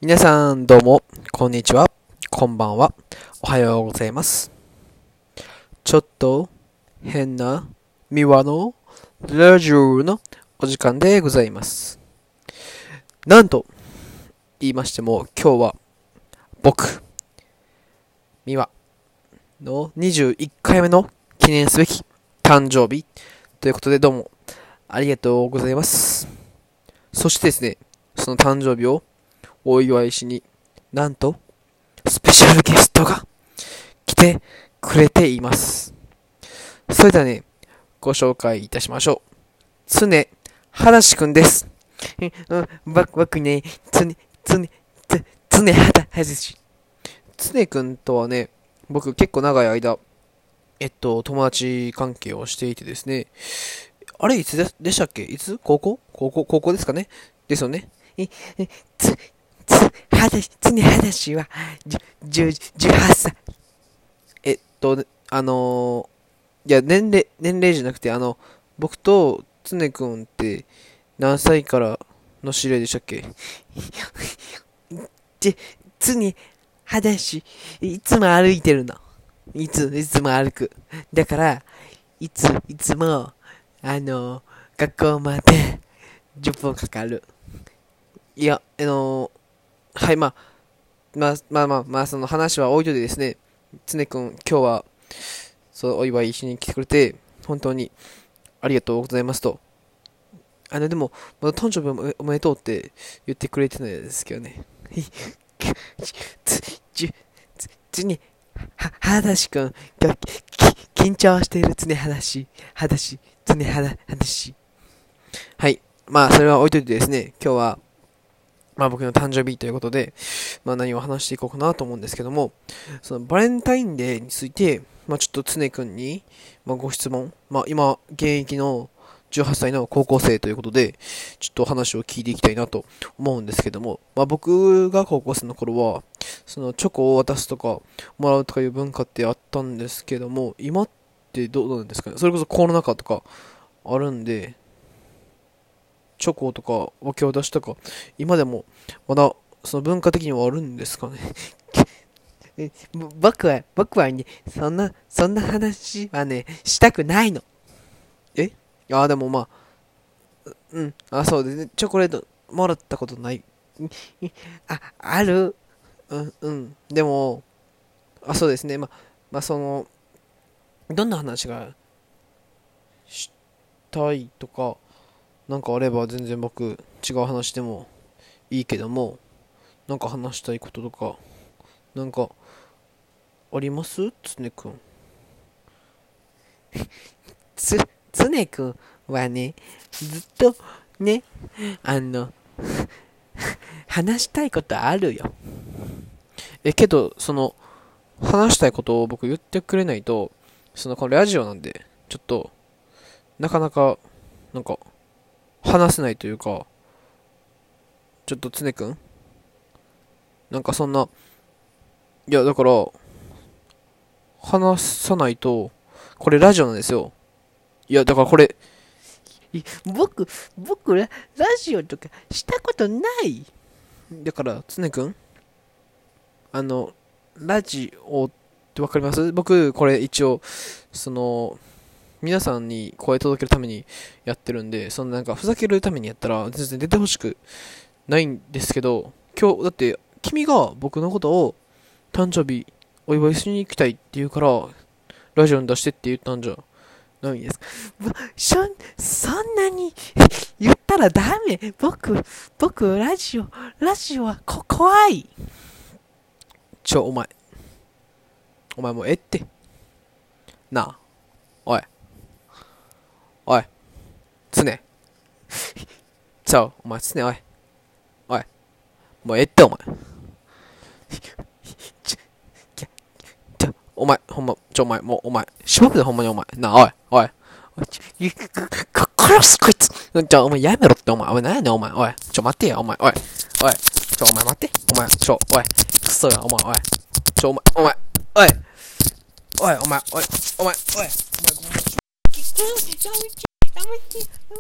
皆さんどうも、こんにちは、こんばんは、おはようございます。ちょっと変なミワのラジオのお時間でございます。なんと言いましても、今日は僕、ミワの21回目の記念すべき誕生日ということで、どうもありがとうございます。そしてですね、その誕生日をお祝いしに、なんと、スペシャルゲストが来てくれています。それではね、ご紹介いたしましょう。つねはだしくんです。僕ね、つねはだし。つねくんとはね、僕結構長い間、友達関係をしていてですね、あれいつでしたっけ？いつ？高校ですかね？ですよね。常話は、18歳。いや、年齢じゃなくて、僕と常くんって何歳からの知り合いでしたっけ？常話、いつも歩いてるの。いつも歩く。だから、いつも、学校まで10分かかる。いや、はい、その話は置いといてですね、つねくん、今日は、お祝いしに来てくれて、本当にありがとうございますと。でも、まだ誕生日おめでとうって言ってくれてないですけどね。つね、はだしくん、緊張しているつねはだし、つねはだし。はい。それは置いといてですね、今日は、僕の誕生日ということで、何を話していこうかなと思うんですけども、そのバレンタインデーについて、ちょっと常くんに、ご質問、今、現役の18歳の高校生ということで、ちょっと話を聞いていきたいなと思うんですけども、僕が高校生の頃は、そのチョコを渡すとか、もらうとかいう文化ってあったんですけども、今ってどうなんですかね？それこそコロナ禍とかあるんで、チョコとか分け渡しとか、今でもまだその文化的にはあるんですかね？僕はね、そんな話はね、したくないの。でもそうですね。チョコレートもらったことない。ある。でも、そうですね。どんな話がしたいとか、なんかあれば全然僕違う話でもいいけども、なんか話したいこととかなんかあります？つねくん。つねくんはね、ずっとね、あの話したいことあるよ。けど話したいことを僕言ってくれないと、これラジオなんでちょっとなかなかなんか話せないというか、ちょっとつねくん、なんかそんな、いやだから話さないと、これラジオなんですよ。いやだからこれ、僕ラジオとかしたことない。だからつねくん、ラジオってわかります？僕これ一応皆さんに声届けるためにやってるんで、なんかふざけるためにやったら全然出てほしくないんですけど、今日だって君が僕のことを誕生日お祝いしに行きたいって言うからラジオに出してって言ったんじゃないですか？そんなに言ったらダメ。僕ラジオは怖い。お前もうええってなあ。おいつね、お前つね、おいもうええってお前。お前、ほんま、お前、もう、お前、しばくでほんまにお前。なあ、おい。殺すこいつ。お前やめろって、お前。お前、なんやねん、お前。おい、待ってや、お前。おい。お前待って。お前、おい。くそや、お前、おい。お前。おい。おい、お前、おい。お前、おい。お前、ごめん。やめて。